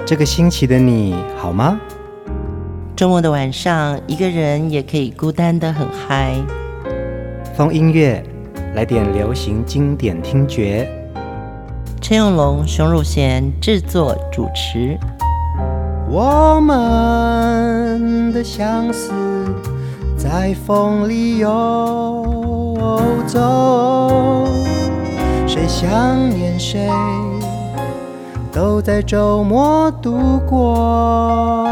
这个星期的你好吗？ 周末的晚上，一个人也可以孤单得很嗨。 风音乐，来点流行经典听觉。 陈永龙、熊汝贤制作主持。 我们的相思在风里游走，谁想念谁，都在周末度过。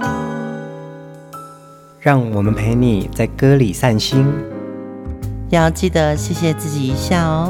让我们陪你在歌里散心， 要记得谢谢自己一下哦。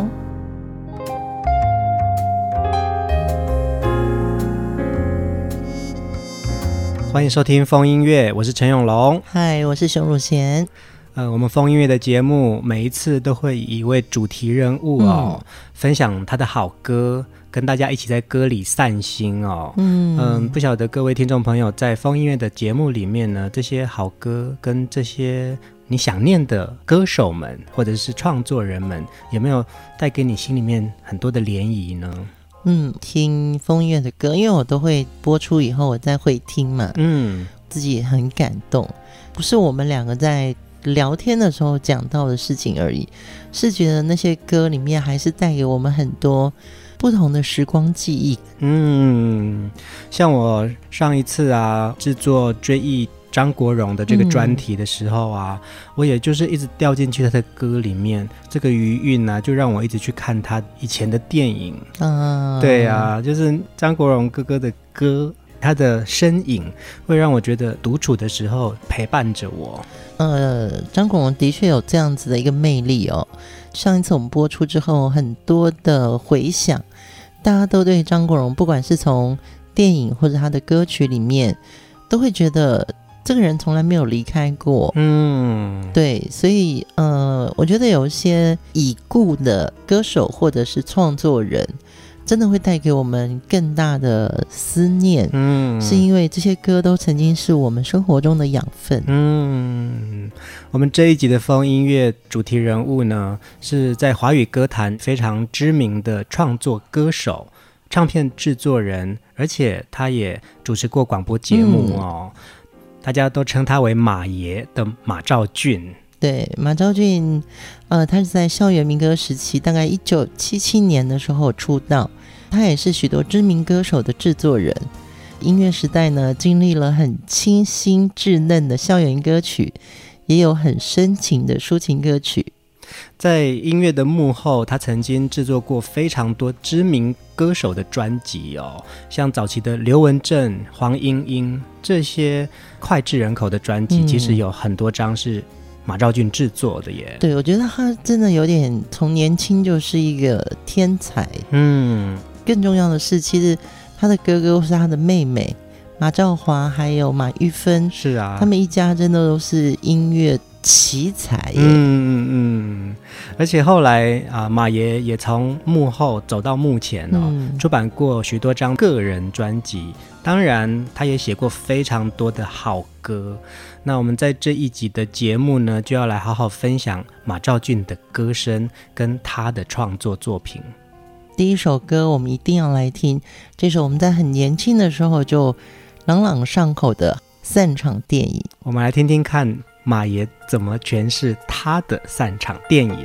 欢迎收听风音乐，我是陈永龙。 嗨，我是熊汝贤。 我们风音乐的节目每一次都会以一位主题人物分享他的好歌，跟大家一起在歌里散心哦。不晓得各位听众朋友在风音乐的节目里面呢，这些好歌跟这些你想念的歌手们或者是创作人们，有没有带给你心里面很多的涟漪呢？ 听风音乐的歌，因为我都会播出以后我再会听嘛，自己也很感动。不是我们两个在聊天的时候讲到的事情而已，是觉得那些歌里面还是带给我们很多不同的时光记忆。 像我上一次制作追忆张国荣的这个专题的时候我也就是一直掉进去他的歌里面，这个余韵就让我一直去看他以前的电影。对就是张国荣哥哥的歌，他的身影会让我觉得独处的时候陪伴着我。 张国荣的确有这样子的一个魅力哦。上一次我们播出之后，很多的回响，大家都对张国荣不管是从电影或者他的歌曲里面，都会觉得这个人从来没有离开过。对，所以我觉得有一些已故的歌手或者是创作人，真的会带给我们更大的思念。是因为这些歌都曾经是我们生活中的养分。 我们这一集的风音乐主题人物呢，是在华语歌坛非常知名的创作歌手、唱片制作人，而且他也主持过广播节目大家都称他为马爷的马兆骏。 对，马兆骏他是在校园民歌时期，大概1977年的时候出道。他也是许多知名歌手的制作人。音乐时代呢，经历了很清新稚嫩的校园歌曲，也有很深情的抒情歌曲。 在音乐的幕后，他曾经制作过非常多知名歌手的专辑像早期的刘文正、黄莺莺这些脍炙人口的专辑，其实有很多张是马兆骏制作的耶。 对，我觉得他真的有点从年轻就是一个天才。更重要的是，其实他的哥哥是他的妹妹马兆华还有马玉芬， 是他们一家真的都是音乐奇才耶。 而且后来马爷也从幕后走到幕前出版过许多张个人专辑，当然他也写过非常多的好歌。那我们在这一集的节目呢，就要来好好分享马兆骏的歌声跟他的创作作品。 第一首歌我们一定要来听，这首我们在很年轻的时候就朗朗上口的散场电影。 我们来听听看马爷怎么诠释他的散场电影。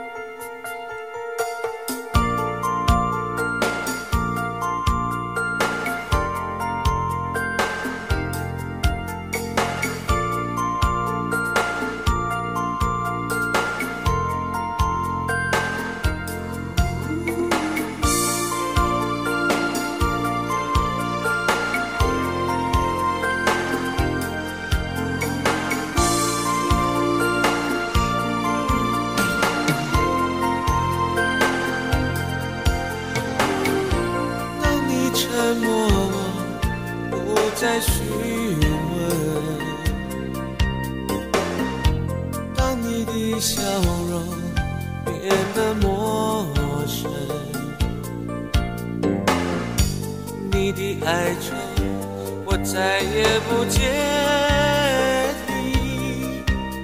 再询问，当你的笑容变得陌生，你的哀愁我再也不见你，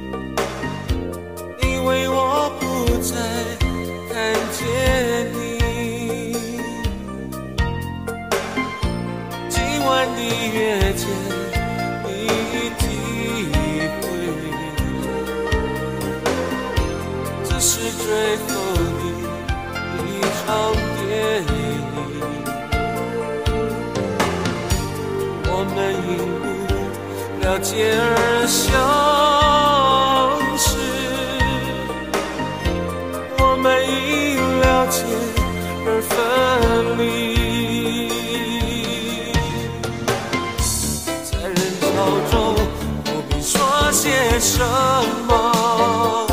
因为我不再看见你。今晚越见你体会，这是最后的一场电影。我们因不了解而相识，我们因了解而分离。在人潮中不必说些什么，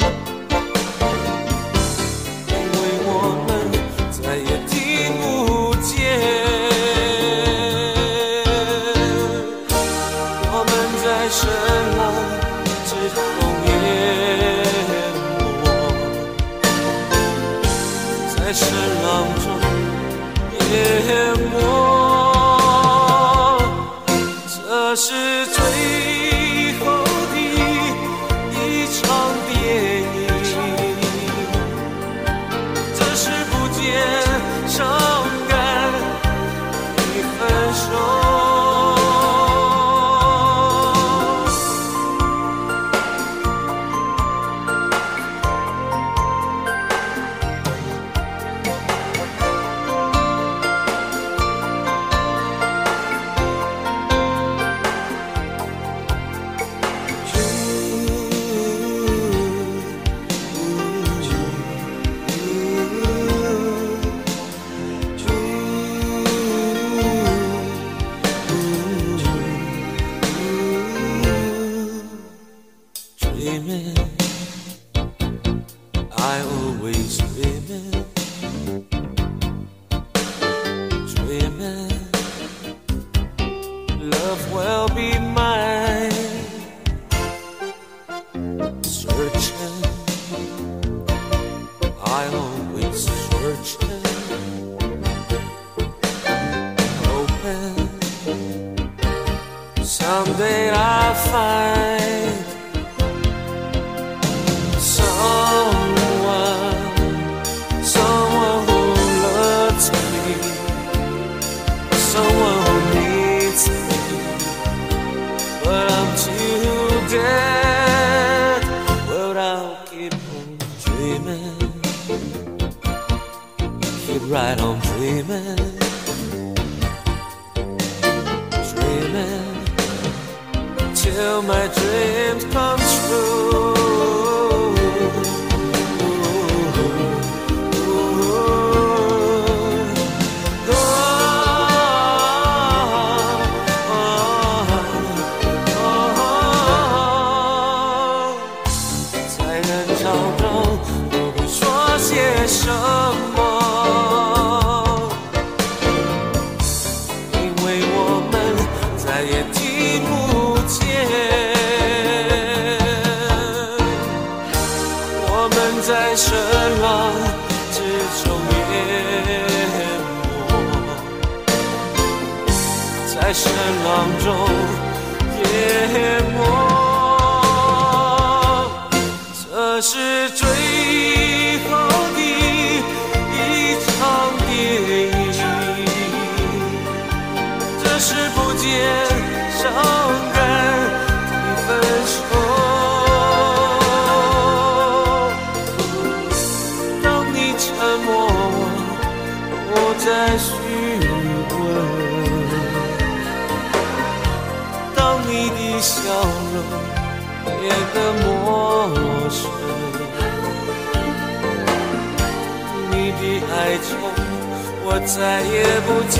因为我们再也听不见。我们在声浪之中淹没，在声浪中淹没。这是最后的一场电影，这是不见伤感的分手。I always dreaming, dreaming, love will be mine. Searching, I always searching, hoping someday I'll find someone who loves me, someone who needs me. But I'm too dead, but I'll keep on dreaming, keep right on dreaming, dreaming till my dreams come true.什么？因为我们再也听不见，我们在声浪之中淹没，在声浪中淹没，这是最后的一场电影，这是不见伤感的分手。当你沉默，我在询问；当你的笑容变得陌生，你的哀愁我再也不介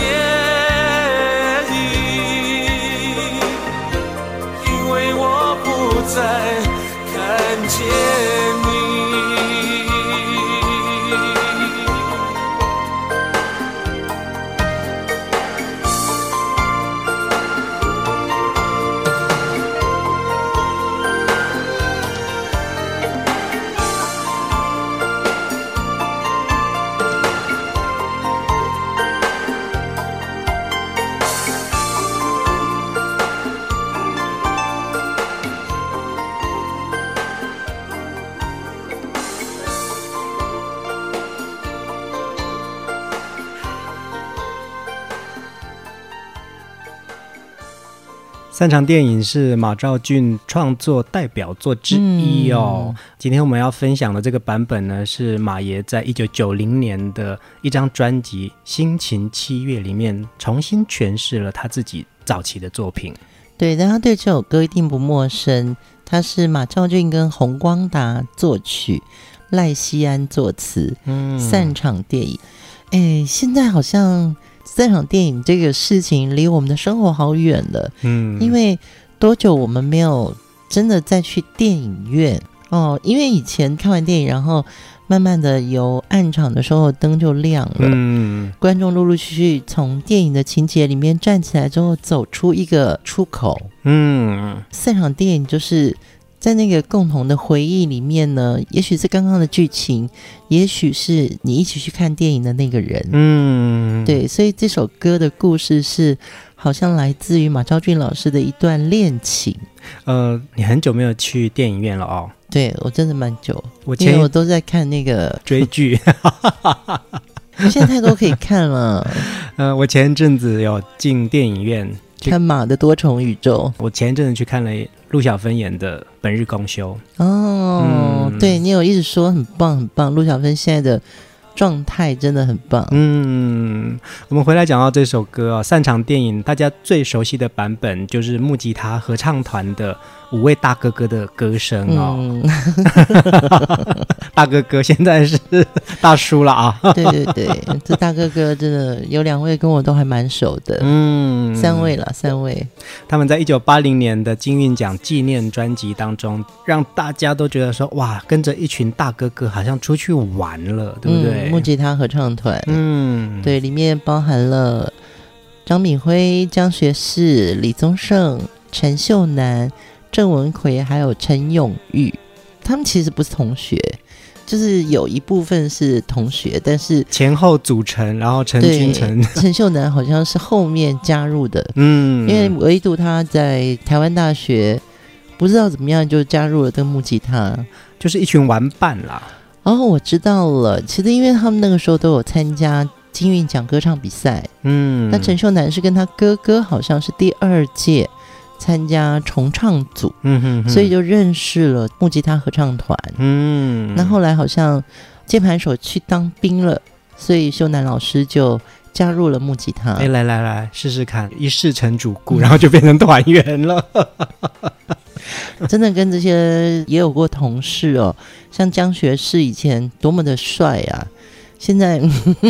意，因为我不再看见你。 散场电影是马兆骏创作代表作之一哦。今天我们要分享的这个版本呢，是马爷在1990年的一张专辑《心情七月》里面重新诠释了他自己早期的作品。 对，但他对这首歌一定不陌生，他是马兆骏跟洪光达作曲，赖希安作词，散场电影。现在好像散场电影这个事情离我们的生活好远了，因为多久我们没有真的再去电影院哦？因为以前看完电影，然后慢慢的有暗场的时候灯就亮了，观众陆陆续续从电影的情节里面站起来之后走出一个出口，散场电影就是在那个共同的回忆里面呢，也许是刚刚的剧情，也许是你一起去看电影的那个人，对，所以这首歌的故事是好像来自于马兆骏老师的一段恋情。 你很久没有去电影院了哦？ 对，我真的蛮久，因为我都在看那个追剧现在太多可以看了。 我前一阵子有进电影院看马的多重宇宙， 我前一阵子去看了陆小芬演的《本日公休》 对，你有一直说很棒很棒，陆小芬现在的状态真的很棒。 我们回来讲到这首歌散场电影大家最熟悉的版本就是木吉他合唱团的5位大哥哥的歌声大哥哥现在是大叔了啊。 对对对，这大哥哥真的有2位跟我都还蛮熟的，3位了，3位。 他们在1980年的金韵奖纪念专辑当中，让大家都觉得说哇，跟着一群大哥哥好像出去玩了，对不对？ 木吉他合唱团，对，里面包含了张敏辉、江学士、李宗盛、陈秀楠、郑文奎还有陈永玉。他们其实不是同学，就是有一部分是同学，但是前后组成，然后陈君成、 陈秀楠好像是后面加入的，因为唯独他在台湾大学不知道怎么样就加入了这个木吉他， 就是一群玩伴啦。 我知道了，其实因为他们那个时候都有参加金韵奖歌唱比赛，那陈秀楠是跟他哥哥好像是第2届参加重唱组，所以就认识了木吉他合唱团，那后来好像键盘手去当兵了，所以秀楠老师就加入了木吉他。 来试试看，一试成主顾，然后就变成团员了真的跟这些也有过同事哦，像江学士以前多么的帅啊，现在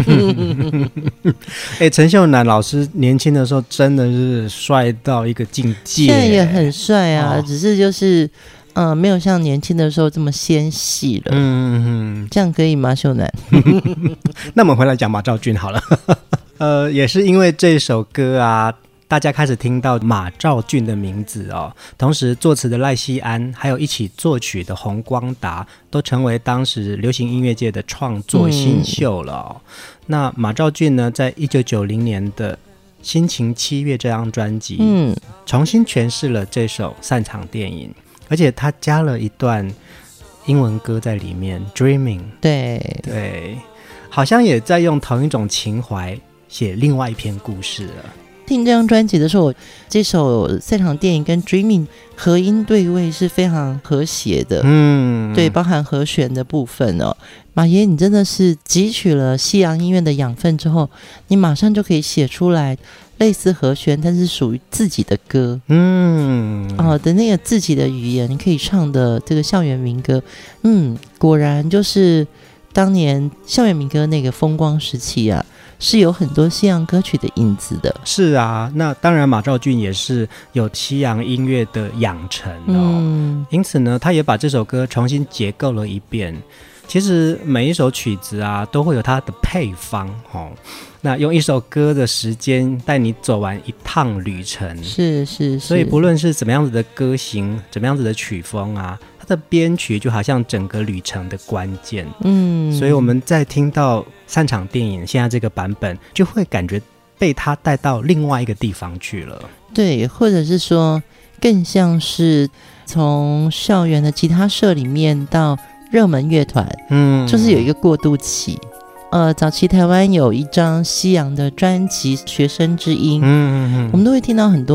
陈秀楠老师年轻的时候真的是帅到一个境界， 现在也很帅啊，只是就是没有像年轻的时候这么纤细了。这样可以吗，秀楠？ 那我们回来讲马兆骏好了也是因为这首歌啊，大家开始听到马兆骏的名字哦，同时作词的赖希安还有一起作曲的洪光达都成为当时流行音乐界的创作新秀了那马兆骏呢，在1990年的《心情七月》这张专辑重新诠释了这首散场电影，而且他加了一段英文歌在里面 Dreaming， 对，好像也在用同一种情怀写另外一篇故事了。 听这张专辑的时候，这首散场电影跟 Dreaming 合音对位是非常和谐的，对，包含和弦的部分哦。马爷，你真的是汲取了西洋音乐的养分之后，你马上就可以写出来类似和弦但是属于自己的歌，的那个自己的语言，你可以唱的这个校园民歌，果然就是当年校园民歌那个风光时期啊，是有很多西洋歌曲的影子的。 是啊，那当然马兆骏也是有西洋音乐的养成因此呢，他也把这首歌重新结构了一遍。其实每一首曲子啊，都会有它的配方那用一首歌的时间带你走完一趟旅程， 是， 所以不论是怎么样子的歌型，怎么样子的曲风啊，它的编曲就好像整个旅程的关键。所以我们在听到散场电影现在这个版本，就会感觉被它带到另外一个地方去了。 对，或者是说更像是从校园的吉他社里面到热门乐团，就是有一个过渡期。早期台湾有一张西洋的专辑《学生之音》，我们都会听到很多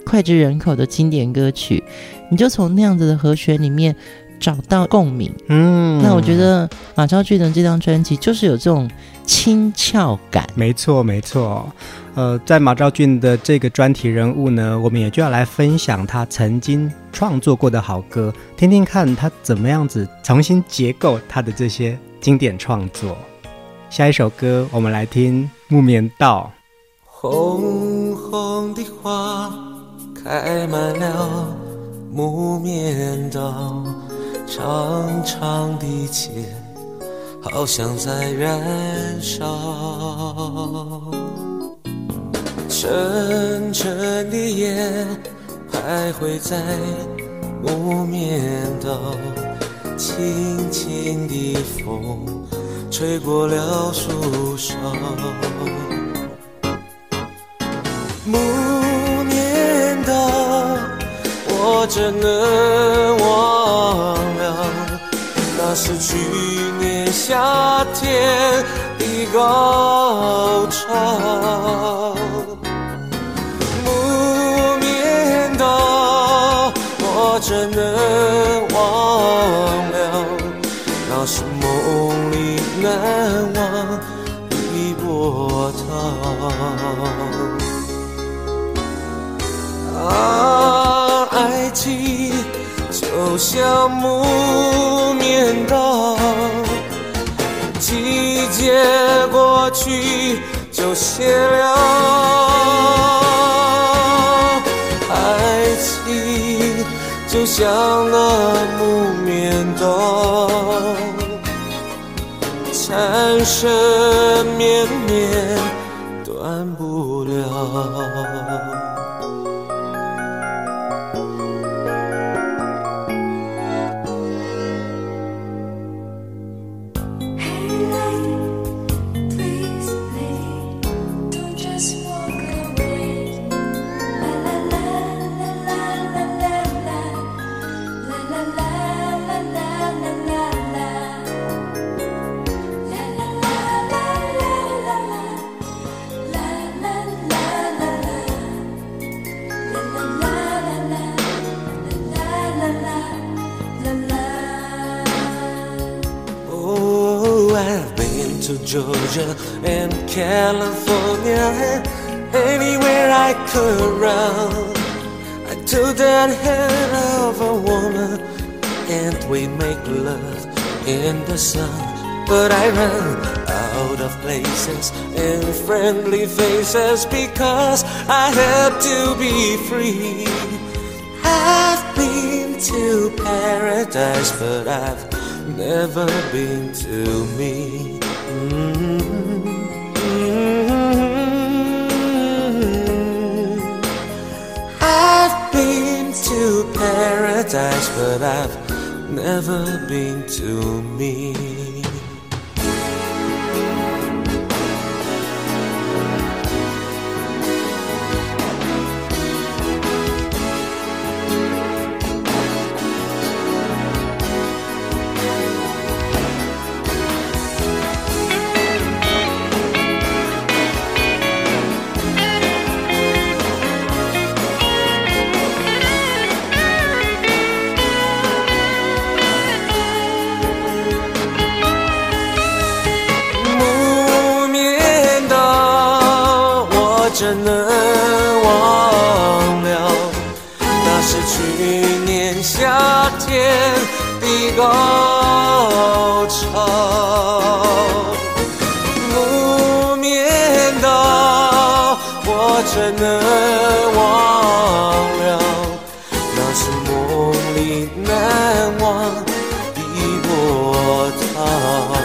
脍炙人口的经典歌曲，你就从那样子的和弦里面找到共鸣。那我觉得马昭俊的这张专辑就是有这种轻巧感。 没错没错。在马昭俊的这个专题人物呢，我们也就要来分享他曾经创作过的好歌，听听看他怎么样子重新结构他的这些经典创作。下一首歌我们来听木棉道。 红红的花开满了木棉道，长长的街好像在燃烧，沉沉的烟徘徊在木棉道，轻轻的风吹过了树梢，木棉道我怎能忘了，那是去年夏天的高潮，木棉道我怎能忘了，那是梦里难忘的波涛。爱情就像木棉道，季节过去就谢了，爱情就像那木棉道，缠身绵绵断不了。Georgia and California and anywhere I could run, I took that hand of a woman and we make love in the sun. But I run out of places and friendly faces because I have to be free. I've been to paradise, but I've never been to me. I've been to paradise, but I've never been to me.怎能忘了，那是去年夏天的高潮，木棉道我怎能忘了，那是梦里难忘的波涛。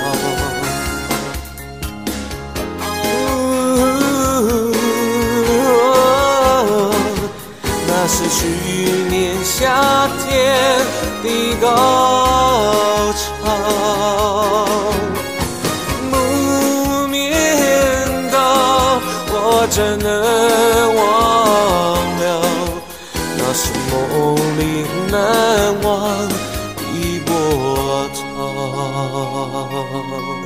那是去年夏天的高潮，木棉道我怎能忘了，那是梦里难忘的波涛。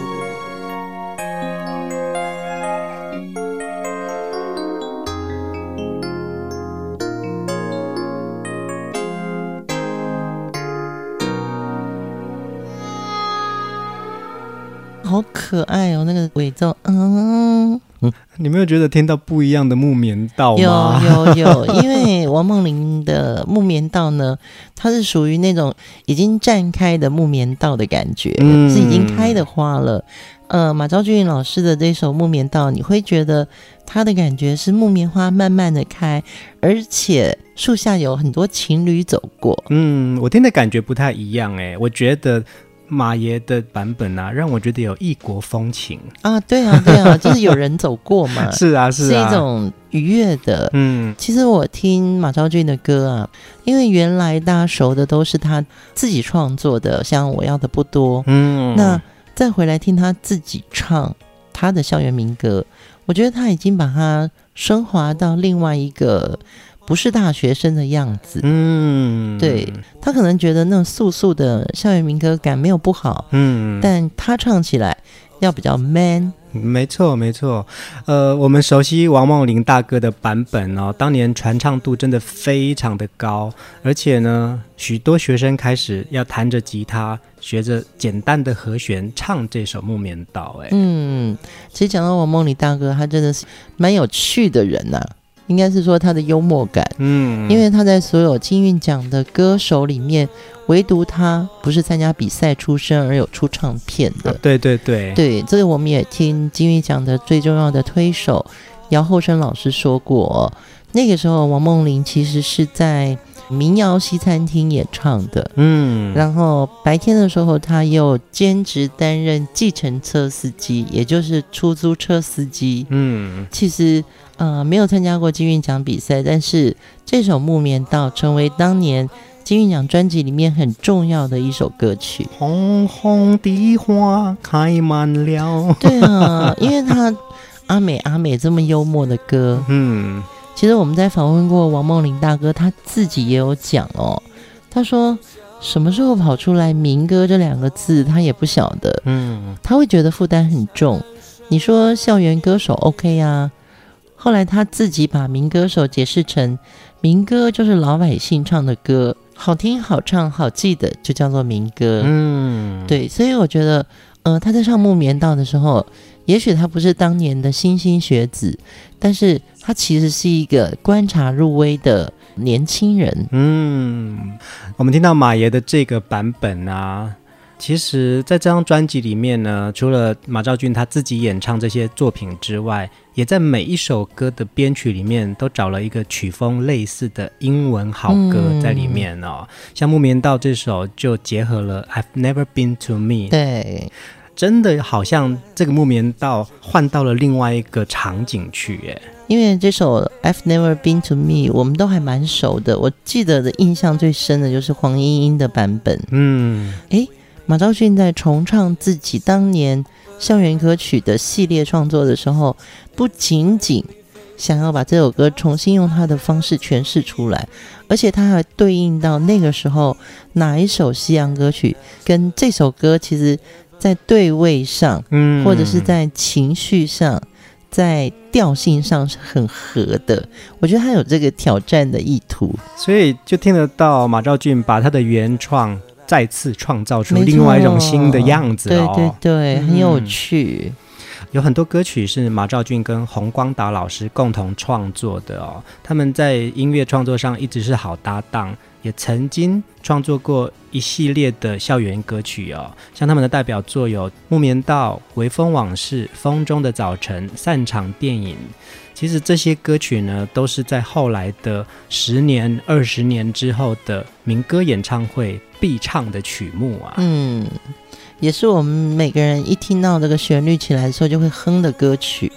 好可爱哦，那个尾奏， 你没有觉得听到不一样的木棉道吗？ 有，因为王梦麟的木棉道呢，它是属于那种已经绽开的木棉道的感觉，是已经开的花了。马昭俊老师的这首木棉道，你会觉得它的感觉是木棉花慢慢的开，而且树下有很多情侣走过。 我听的感觉不太一样我觉得马爷的版本啊，让我觉得有异国风情啊，对啊，就是有人走过嘛， 是啊，是一种愉悦的。其实我听马昭俊的歌啊，因为原来大家熟的都是他自己创作的，像我要的不多，那再回来听他自己唱他的校园民歌，我觉得他已经把它升华到另外一个不是大学生的样子。对，他可能觉得那种素素的校园民歌感没有不好，但他唱起来要比较 man。 没错，我们熟悉王梦麟大哥的版本哦，当年传唱度真的非常的高，而且呢，许多学生开始要弹着吉他，学着简单的和弦唱这首木棉道。 其实讲到王梦麟大哥，他真的是蛮有趣的人啊。应该是说他的幽默感，因为他在所有金韵奖的歌手里面，唯独他不是参加比赛出身而有出唱片的。 对， 这个我们也听金韵奖的最重要的推手姚厚生老师说过，那个时候王梦麟其实是在民谣西餐厅演唱的，然后白天的时候他又兼职担任计程车司机，也就是出租车司机。其实没有参加过金韵奖比赛，但是这首木棉道成为当年金韵奖专辑里面很重要的一首歌曲。 红红的花开满了。 对啊，因为他阿美这么幽默的歌，其实我们在访问过王梦麟大哥，他自己也有讲哦，他说什么时候跑出来民歌这2个字他也不晓得，他会觉得负担很重。你说校园歌手 OK 啊，后来他自己把民歌手解释成民歌就是老百姓唱的歌，好听好唱好记的就叫做民歌。对，所以我觉得他在唱木棉道的时候，也许他不是当年的莘莘学子，但是他其实是一个观察入微的年轻人。 我们听到马爷的这个版本啊，其实在这张专辑里面呢，除了马昭俊他自己演唱这些作品之外，也在每一首歌的编曲里面都找了一个曲风类似的英文好歌在里面哦。像木棉道这首就结合了 I've Never Been to Me， 对， 真的好像这个木棉道换到了另外一个场景去耶。 因为这首 I've Never Been to Me 我们都还蛮熟的，我记得的印象最深的就是黄莺莺的版本。马昭俊在重唱自己当年校园歌曲的系列创作的时候，不仅仅想要把这首歌重新用他的方式诠释出来，而且他还对应到那个时候哪一首西洋歌曲跟这首歌其实在对位上，或者是在情绪上，在调性上是很合的。我觉得他有这个挑战的意图， 所以就听得到马昭俊把他的原创再次创造出另外一种新的样子哦。 对，很有趣。 有很多歌曲是马昭俊跟洪光达老师共同创作的哦，他们在音乐创作上一直是好搭档，也曾经创作过一系列的校园歌曲哦，像他们的代表作有《木棉道》、《微风往事》、《风中的早晨》、《散场电影》。其实这些歌曲呢，都是在后来的10年、20年之后的民歌演唱会必唱的曲目啊。 也是我们每个人一听到这个旋律起来的时候就会哼的歌曲。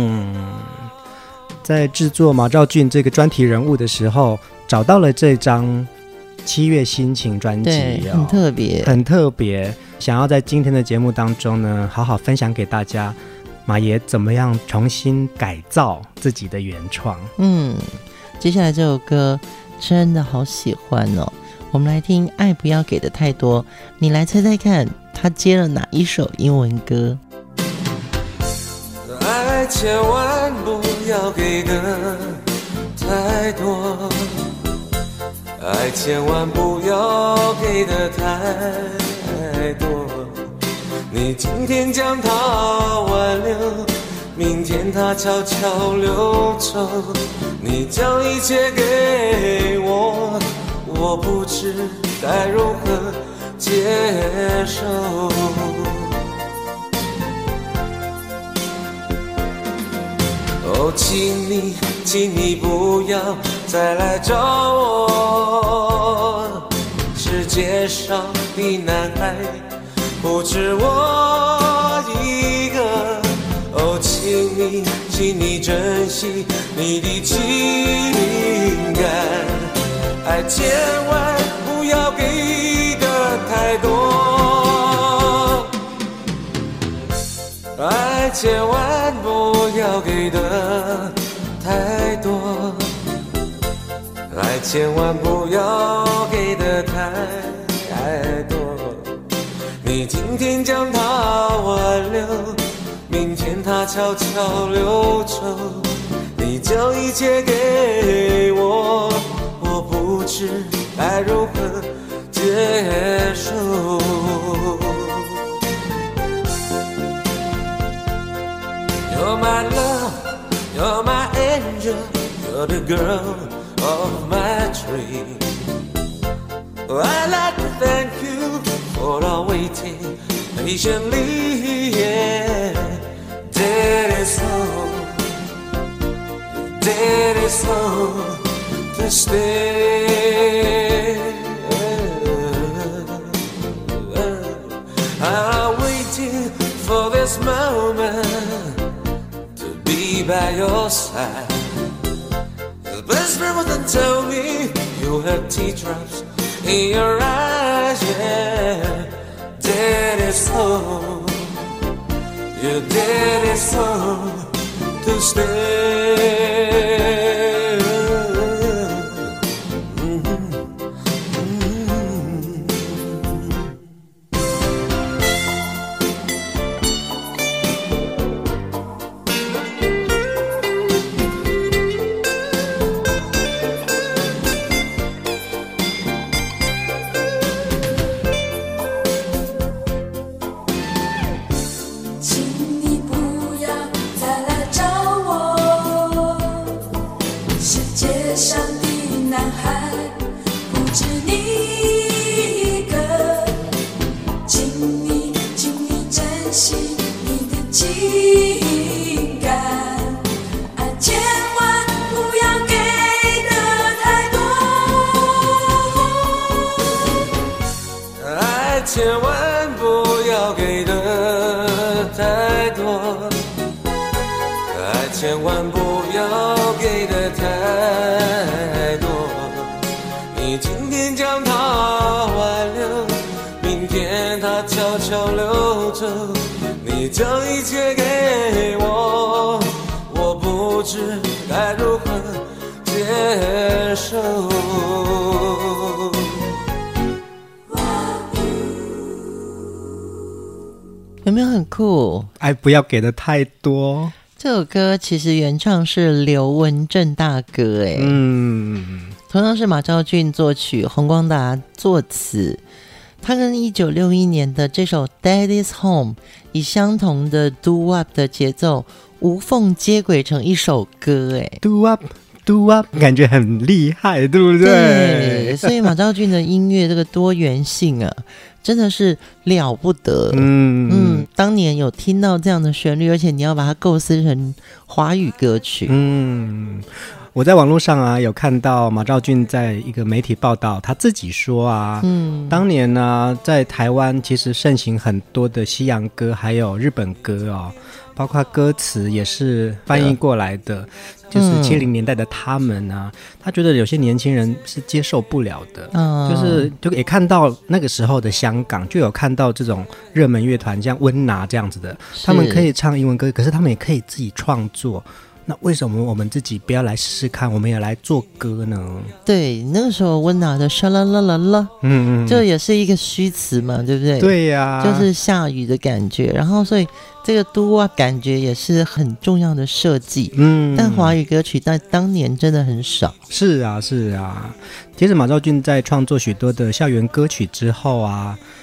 在制作马昭俊这个专题人物的时候，找到了这张7月心情专辑很特别， 很特别。想要在今天的节目当中呢，好好分享给大家马爷怎么样重新改造自己的原创。 接下来这首歌真的好喜欢哦，我们来听《爱不要给的太多》，你来猜猜看他接了哪一首英文歌？ 爱千万不要给的太多，爱千万不要给的太多， 你今天将它挽留，明天它悄悄溜走。你将一切给我，我不知该如何接受。哦，请你不要再来找我，世界上的男孩不止我一个。哦，请你珍惜你的情感，爱千万不要给的太多，爱千万不要给的太多，爱千万不要给的太多。你今天将它挽留，明天它悄悄溜走。你将一切给我，我不知该如何接受。You're my love, you're my angel, you're the girl of my dream. I'd like to thank you for all waiting patiently, yeah. Daddy's home, Daddy's home to stay. I'm waiting for this moment to be by your side. The best friend wouldn't tell me you have teardrops in your eyes, yeah. Daddy's home, your daddy's home to stay.千万不要给的太多，爱千万不要给的太多。你今天将它挽留，明天它悄悄溜走。你将一切给我，我不知该如何接受。 有没有很酷？ 爱不要给的太多。 这首歌其实原唱是刘文正大哥，同样是马兆骏作曲，洪光达作词。他跟1961年的这首 Daddy's Home 以相同的 Do Up 的节奏无缝接轨成一首歌 ，Do Up Do Up 感觉很厉害，对不对？ 对，所以马兆骏的音乐这个多元性啊真的是了不得。当年有听到这样的旋律，而且你要把它构思成华语歌曲。 我在网络上啊有看到马兆骏在一个媒体报道，他自己说啊，当年呢在台湾其实盛行很多的西洋歌还有日本歌哦，包括歌词也是翻译过来的，就是70年代的他们啊，他觉得有些年轻人是接受不了的，就也看到那个时候的香港就有看到这种热门乐团像温拿这样子的，他们可以唱英文歌，可是他们也可以自己创作。那为什么我们自己不要来试试看，我们也来做歌呢？ 对，那个时候温拿的沙啦啦啦啦，这也是一个虚词嘛，对不对？ 对呀， 就是下雨的感觉。然后所以这个都啊感觉也是很重要的设计。但华语歌曲在当年真的很少。 是啊是啊，其实马兆骏在创作许多的校园歌曲之后啊，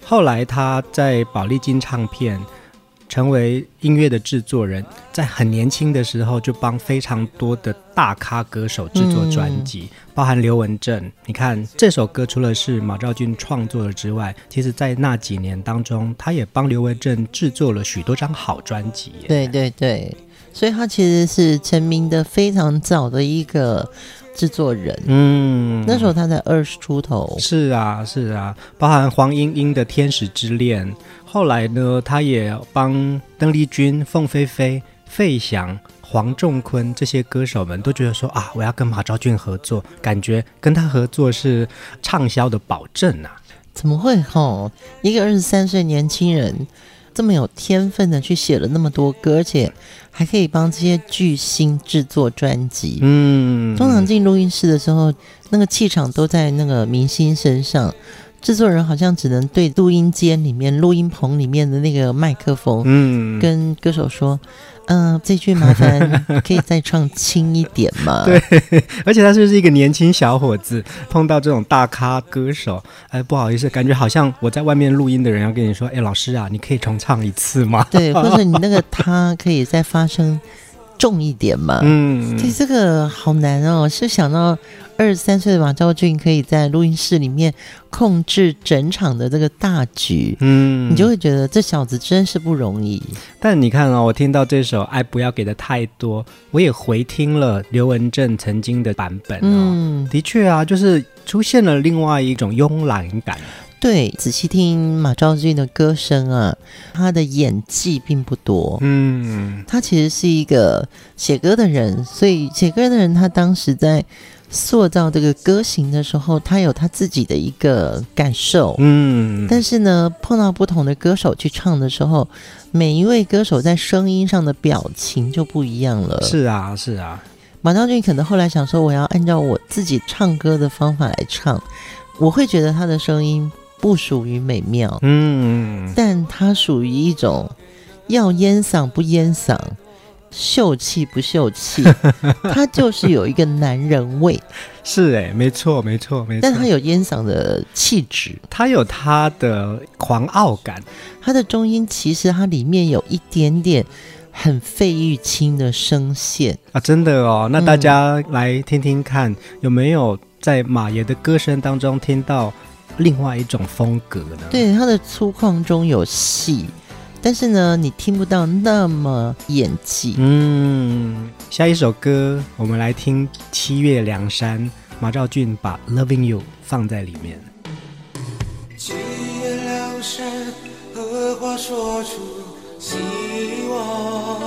后来他在宝丽金唱片成为音乐的制作人，在很年轻的时候就帮非常多的大咖歌手制作专辑，包含刘文正。你看这首歌除了是马兆骏创作的之外，其实在那几年当中他也帮刘文正制作了许多张好专辑。 对对对，所以他其实是成名的非常早的一个制作人。那时候他才20出头。 是啊是啊，包含黄莺莺的《天使之恋》，后来呢他也帮邓丽君、凤飞飞、费翔、黄仲坤这些歌手们都觉得说啊，我要跟马兆骏合作，感觉跟他合作是畅销的保证啊。 怎么会一个23岁年轻人这么有天分的去写了那么多歌，而且还可以帮这些巨星制作专辑。通常进录音室的时候，那个气场都在那个明星身上，制作人好像只能对录音间里面、录音棚里面的那个麦克风，跟歌手说，这句麻烦可以再唱轻一点吗？ 对，而且他就是一个年轻小伙子，碰到这种大咖歌手，不好意思，感觉好像我在外面录音的人要跟你说，老师啊，你可以重唱一次吗？ 对，或者你那个他可以再发声重一点嘛。所以这个好难哦，是想到23岁的马兆骏可以在录音室里面控制整场的这个大局，你就会觉得这小子真是不容易。 但你看我听到这首《爱不要给的太多》，我也回听了刘文正曾经的版本的确啊，就是出现了另外一种慵懒感。 对，仔细听马兆骏的歌声啊，他的演技并不多。他其实是一个写歌的人，所以写歌的人他当时在塑造这个歌型的时候，他有他自己的一个感受。但是呢，碰到不同的歌手去唱的时候，每一位歌手在声音上的表情就不一样了。 是啊是啊， 马兆骏可能后来想说，我要按照我自己唱歌的方法来唱，我会觉得他的声音不属于美妙，但它属于一种要烟嗓不烟嗓，秀气不秀气，它就是有一个男人味。 是没错没错没错， 但他有烟嗓的气质， 他有他的狂傲感， 他的中音其实它里面有一点点很费玉清的声线啊，真的哦。那大家来听听看，有没有在马爷的歌声当中听到另外一种风格呢？ 对，他的粗犷中有戏，但是呢你听不到那么演技。 下一首歌我们来听七月凉山，马兆骏把 Loving You 放在里面。 七月凉山，荷花说出希望，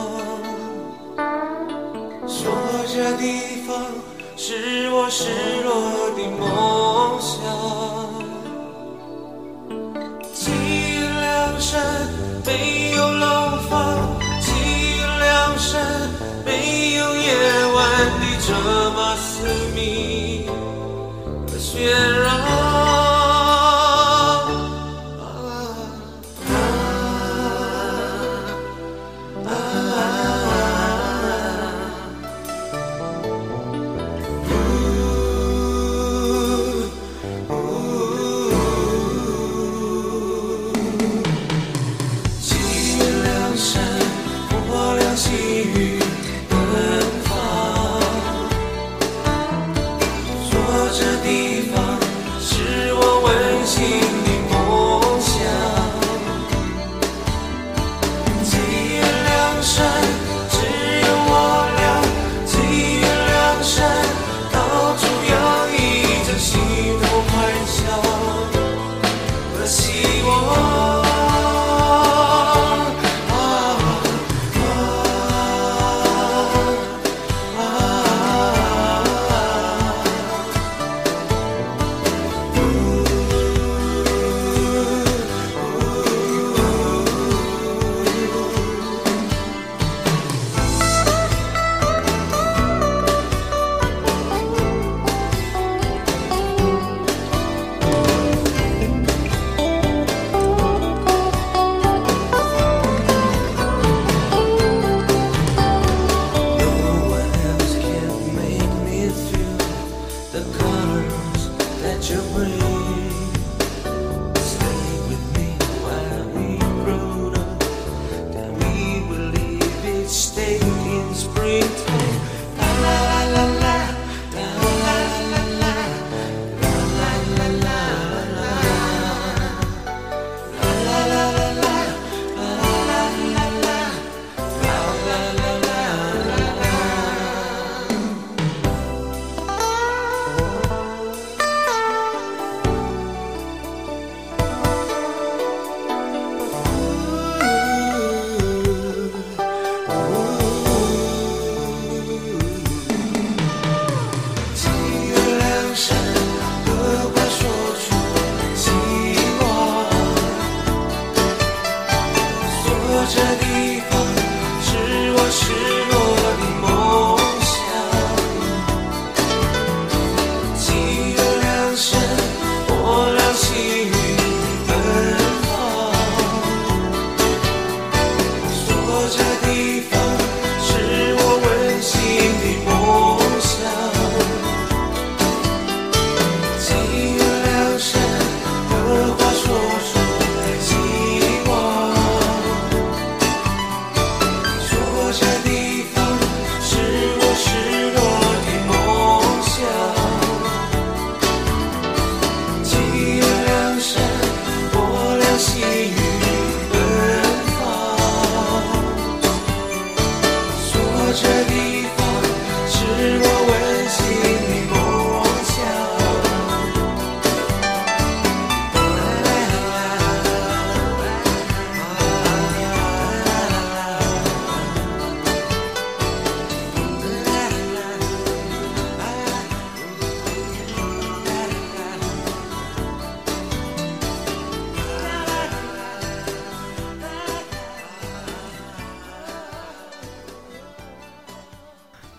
说这地方是我失落的梦想。七月凉山没有楼房，七月凉山没有夜晚的这么私密和喧嚷。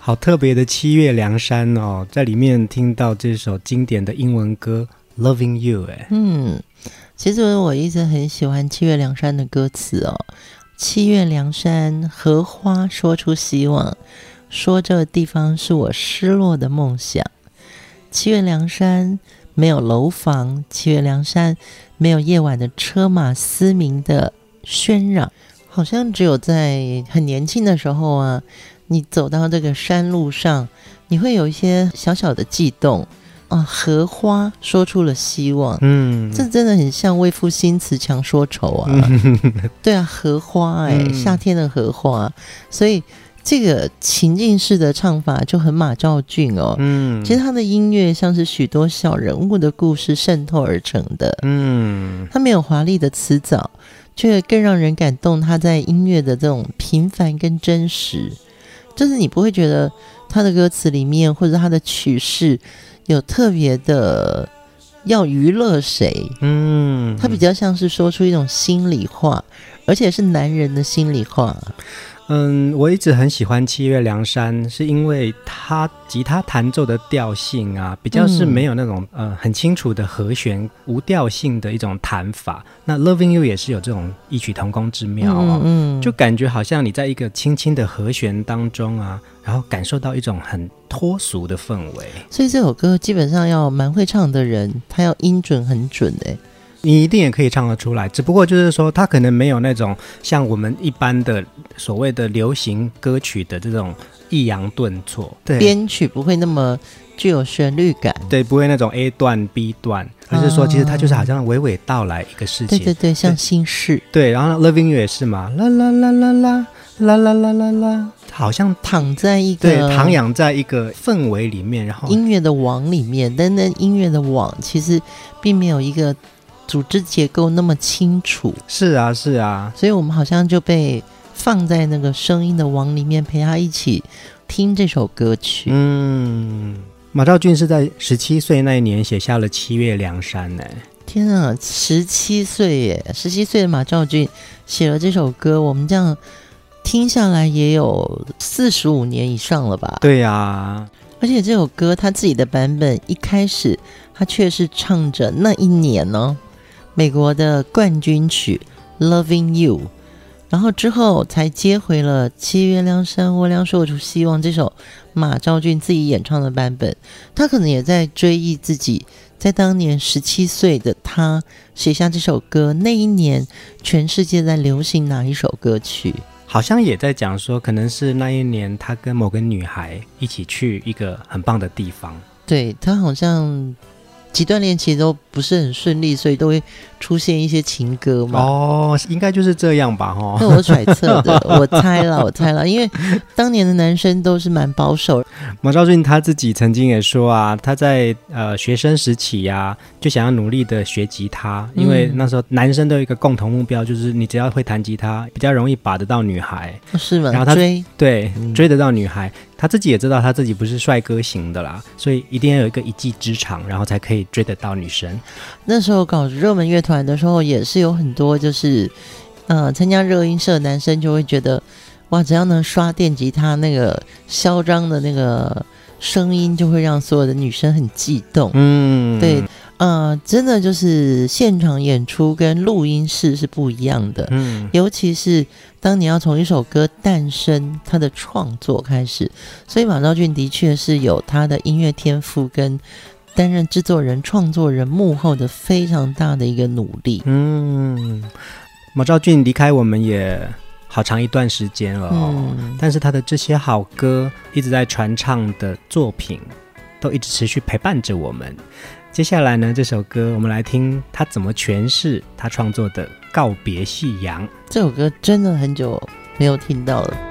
好特别的七月凉山哦，在里面听到这首经典的英文歌 Loving You。 其实我一直很喜欢七月凉山的歌词哦。七月凉山，荷花说出希望，说这地方是我失落的梦想。七月凉山没有楼房，七月凉山没有夜晚的车马嘶鸣的喧嚷，好像只有在很年轻的时候啊，你走到这个山路上，你会有一些小小的悸动啊。荷花说出了希望，这真的很像为赋新词强说愁啊。对啊，荷花夏天的荷花，所以这个情境式的唱法就很马兆骏哦。其实他的音乐像是许多小人物的故事渗透而成的。他没有华丽的词藻，却更让人感动他在音乐的这种平凡跟真实。就是你不会觉得他的歌词里面或者他的曲式有特别的要娱乐谁，他比较像是说出一种心里话，而且是男人的心里话。 我一直很喜欢七月凉山，是因为他吉他弹奏的调性啊，比较是没有那种很清楚的和弦，无调性的一种弹法。那 Loving You 也是有这种异曲同工之妙就感觉好像你在一个轻轻的和弦当中啊，然后感受到一种很脱俗的氛围。 所以这首歌基本上要蛮会唱的人，他要音准很准你一定也可以唱得出来，只不过就是说他可能没有那种像我们一般的所谓的流行歌曲的这种抑扬顿挫，对， 编曲不会那么具有旋律感， 对，不会那种 A 段 B 段，而是说其实它就是好像娓娓道来一个事情， 对，像心事。 对，然后 Loving You 也是嘛，啦啦啦啦啦啦啦啦啦啦，好像躺在一个， 对，徜徉在一个氛围里面，然后音乐的网里面，但那音乐的网其实并没有一个组织结构那么清楚。 是啊， 所以我们好像就被放在那个声音的网里面，陪他一起听这首歌曲。 马兆骏是在17岁那一年写下了《七月凉山》 天啊，17岁耶！17岁的马兆骏写了这首歌，我们这样听下来也有45年以上了吧？ 对啊， 而且这首歌他自己的版本一开始他却是唱着那一年呢美国的冠军曲 Loving You， 然后之后才接回了七月凉山我俩说出希望这首马兆骏自己演唱的版本。他可能也在追忆自己在当年17岁的他写下这首歌那一年全世界在流行哪一首歌曲， 好像也在讲说可能是那一年他跟某个女孩一起去一个很棒的地方。 对，他好像几段恋情都不是很顺利，所以都会出现一些情歌嘛。 应该就是这样吧。 那我揣测的，我猜了，因为当年的男生都是蛮保守。 马兆骏他自己曾经也说啊，他在学生时期啊，就想要努力的学吉他，因为那时候男生都有一个共同目标，就是你只要会弹吉他，比较容易把得到女孩。 是吗？ 然后他追追得到女孩。他自己也知道他自己不是帅哥型的啦，所以一定要有一个一技之长，然后才可以追得到女生。 那时候搞热门乐团的时候，也是有很多就是参加热音社的男生就会觉得哇，只要能刷电吉他，那个嚣张的那个声音就会让所有的女生很悸动。对，真的就是现场演出跟录音室是不一样的。尤其是当你要从一首歌诞生它的创作开始，所以马兆骏的确是有他的音乐天赋跟担任制作人创作人幕后的非常大的一个努力。 马兆骏离开我们也好长一段时间了但是他的这些好歌一直在传唱的作品都一直持续陪伴着我们。接下来呢，这首歌我们来听他怎么诠释他创作的《告别夕阳》。 这首歌真的很久没有听到了。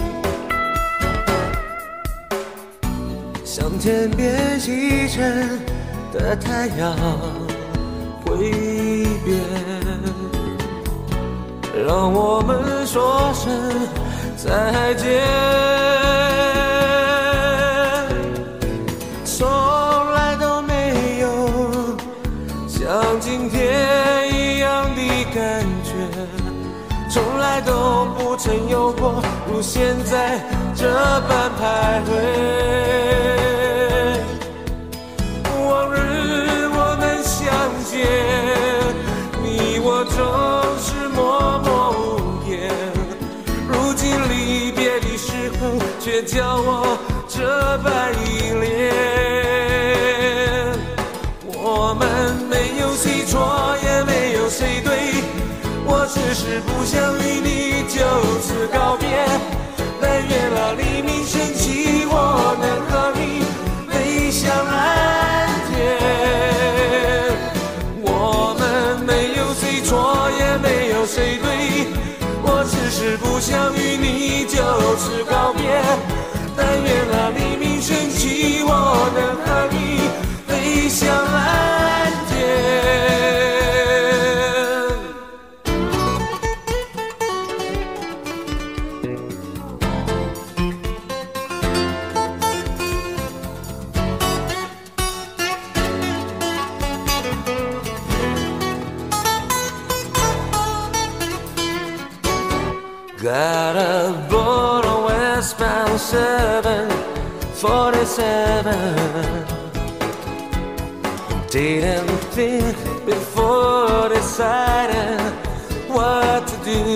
像天边西沉的太阳挥别，让我们说声再见。从来都没有像今天一样的感觉，从来都不曾有过如现在这般徘徊。 47. Didn't think before deciding what to do.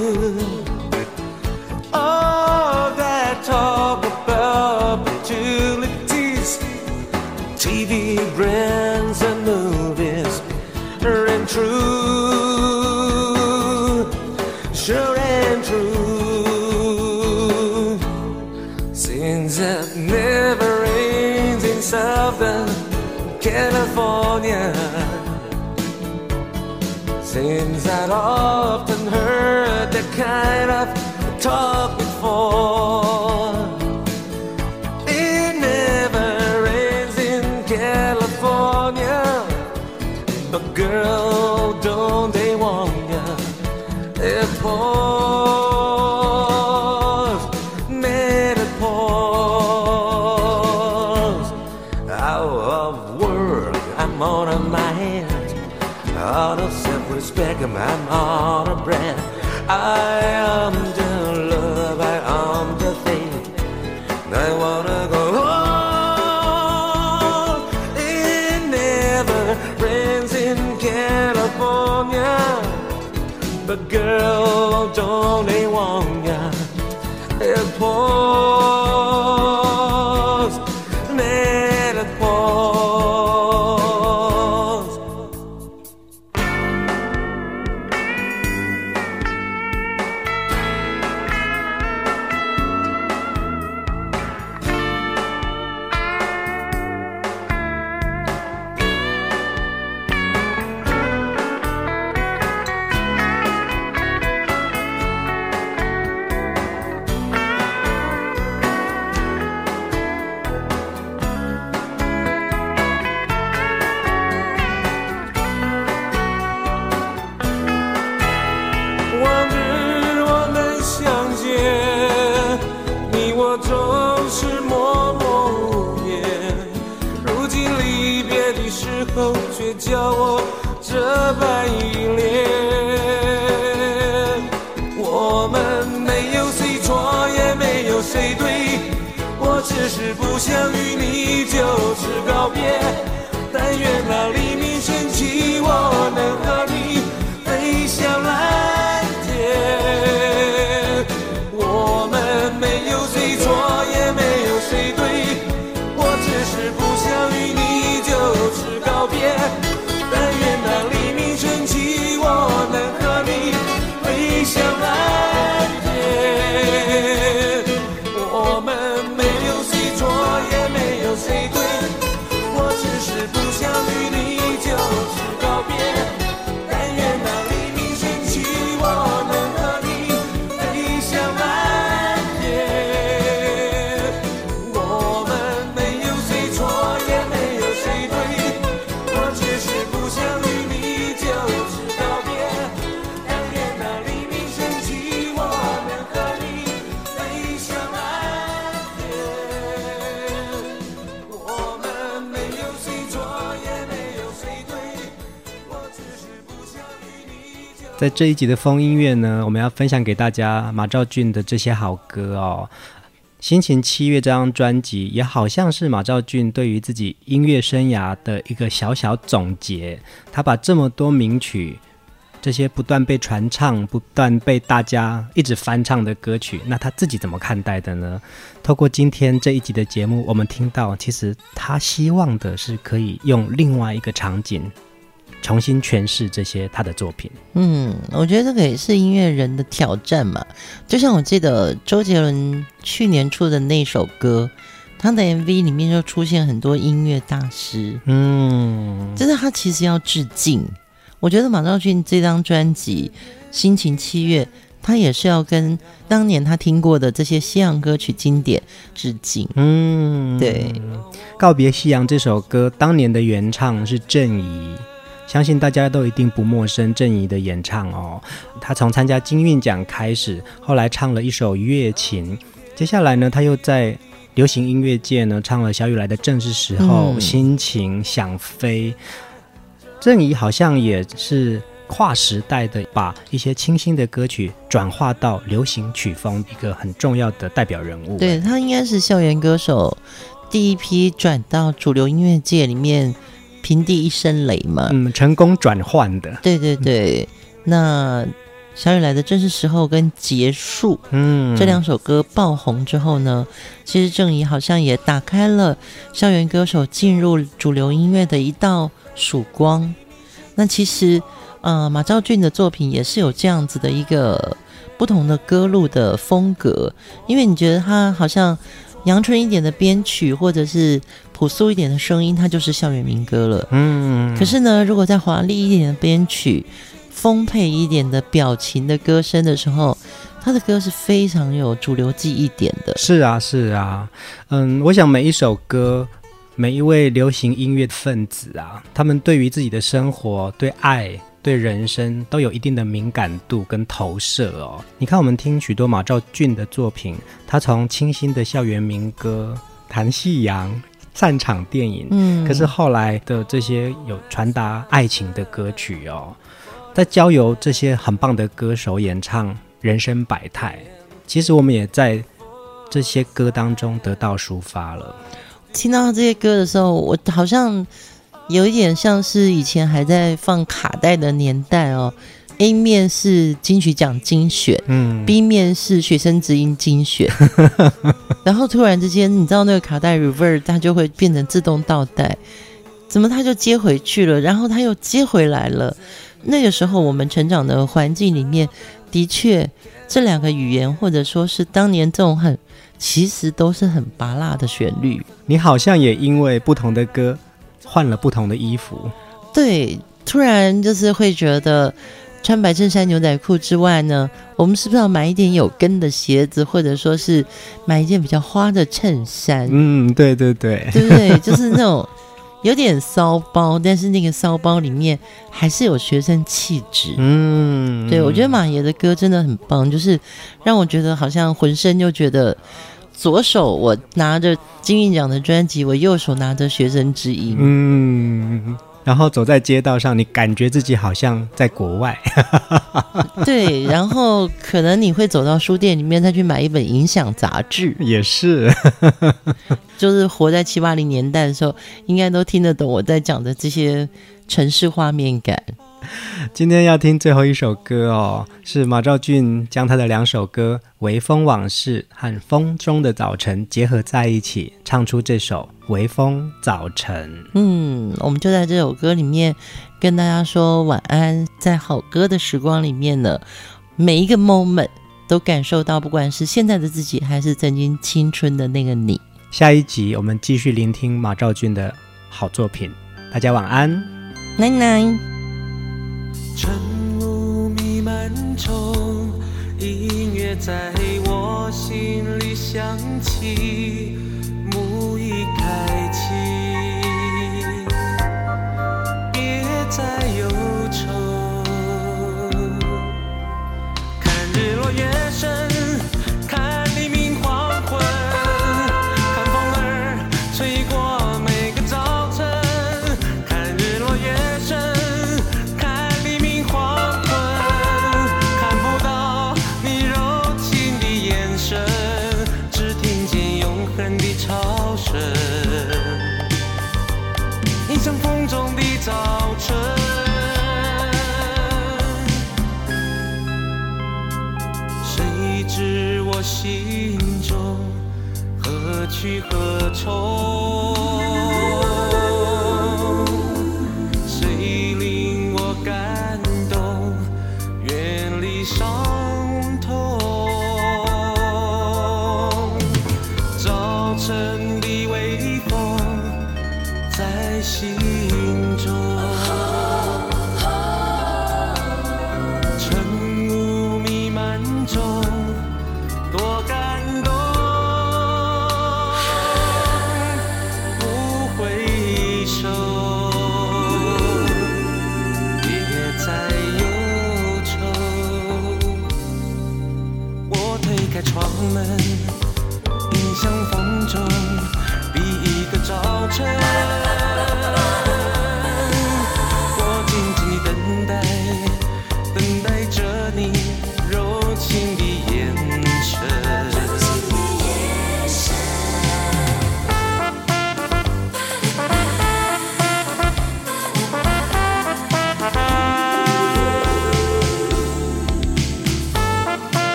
All that talk about opportunities, TV brands and movies, and true, sure and true. Since it never rains in Southern California, since I'd often heard that kind of talk before. It never rains in California, but girl, don't they want ya? It pours, man, it pours. Out of work, I'm out of my hands. Out of self-respect, I'm out of breath. I am the love, I am the faith. I wanna go home. It never rains in California, but girl, don't they want ya? It pours, man, it pours.却叫我这般依恋。我们没有谁错，也没有谁对，我只是不想与你就此告别。但愿那黎明升起，我能和你飞向蓝天。我们没有谁错，也没有谁对，我只是不想与你就此告别。但愿那黎明升起，我能和你飞向蓝天。我们没有谁错，也没有谁对，我只是不想与你就此告别。但愿那黎明升起，我能和你飞向蓝天。我们没有谁错，也没有谁对，我只是不想与你就此告别。但愿那黎明升起，我能和你飞向蓝天。我们没有谁错，也没有谁对，我只是不想与你就。 在这一集的风音乐呢，我们要分享给大家马兆骏的这些好歌哦。心情七月这张专辑也好像是马兆骏对于自己音乐生涯的一个小小总结，他把这么多名曲，这些不断被传唱不断被大家一直翻唱的歌曲，那他自己怎么看待的呢？透过今天这一集的节目，我们听到其实他希望的是可以用另外一个场景重新诠释这些他的作品。 我觉得这个也是音乐人的挑战嘛。就像我记得周杰伦去年出的那首歌，他的 MV 里面就出现很多音乐大师，就是他其实要致敬。我觉得马兆骏这张专辑心情七月，他也是要跟当年他听过的这些西洋歌曲经典致敬。对， 告别夕阳这首歌当年的原唱是郑怡，相信大家都一定不陌生郑怡的演唱哦。他从参加金韵奖开始，后来唱了一首乐琴，接下来呢他又在流行音乐界呢唱了小雨来的正是时候、心情想飞。郑怡好像也是跨时代的把一些清新的歌曲转化到流行曲风，一个很重要的代表人物。 对，他应该是校园歌手第一批转到主流音乐界里面平地一声雷嘛， 成功转换的。 对对对，那小雨来的正是时候跟结束，这两首歌爆红之后呢，其实郑怡好像也打开了校园歌手进入主流音乐的一道曙光。那其实马兆骏的作品也是有这样子的一个不同的歌路的风格，因为你觉得他好像阳春一点的编曲或者是朴素一点的声音，它就是校园民歌了。可是呢，如果再华丽一点的编曲，丰沛一点的表情的歌声的时候，他的歌是非常有主流记忆点的。 是啊是啊，我想每一首歌，每一位流行音乐分子啊，他们对于自己的生活、对爱、对人生都有一定的敏感度跟投射哦。你看我们听许多马兆骏的作品，他从清新的校园民歌、谈夕阳、散场电影，可是后来的这些有传达爱情的歌曲哦，在交由这些很棒的歌手演唱人生百态，其实我们也在这些歌当中得到抒发了。 听到这些歌的时候，我好像有一点像是以前还在放卡带的年代哦。A 面是金曲奖精选，B 面是学生之音精选，然后突然之间，你知道那个卡带 reverse 它就会变成自动倒带，怎么它就接回去了，然后它又接回来了。那个时候我们成长的环境里面，的确这两个语言或者说是当年这种其实都是很拔辣的旋律。 你好像也因为不同的歌换了不同的衣服。 对，突然就是会觉得穿白衬衫牛仔裤之外呢，我们是不是要买一点有跟的鞋子，或者说是买一件比较花的衬衫？ 对对对， 对不对？就是那种有点骚包，但是那个骚包里面还是有学生气质。对，我觉得马爷的歌真的很棒，就是让我觉得好像浑身就觉得，左手我拿着金韵奖的专辑，我右手拿着学生之音。 然后走在街道上，你感觉自己好像在国外。 对，然后可能你会走到书店里面再去买一本影响杂志。 也是。 就是活在7、80年代的时候，应该都听得懂我在讲的这些城市画面感。 今天要听最后一首歌哦，是马兆骏将他的2首歌《微风往事》和《风中的早晨》结合在一起，唱出这首《微风早晨》。 我们就在这首歌里面跟大家说晚安。在好歌的时光里面呢，每一个 moment 都感受到，不管是现在的自己还是曾经青春的那个你。 下一集我们继续聆听马兆骏的好作品，大家晚安， 奶奶。 晨雾弥漫中，音乐在我心里响起，幕已开启，别再忧愁，看日落月升，看黎明黄昏，看风儿吹过每个早晨，看日落月升，看黎明黄昏，看不到你柔情的眼神，只听见永恒的潮声，印象风中的早晨，谁知我心中何去何从？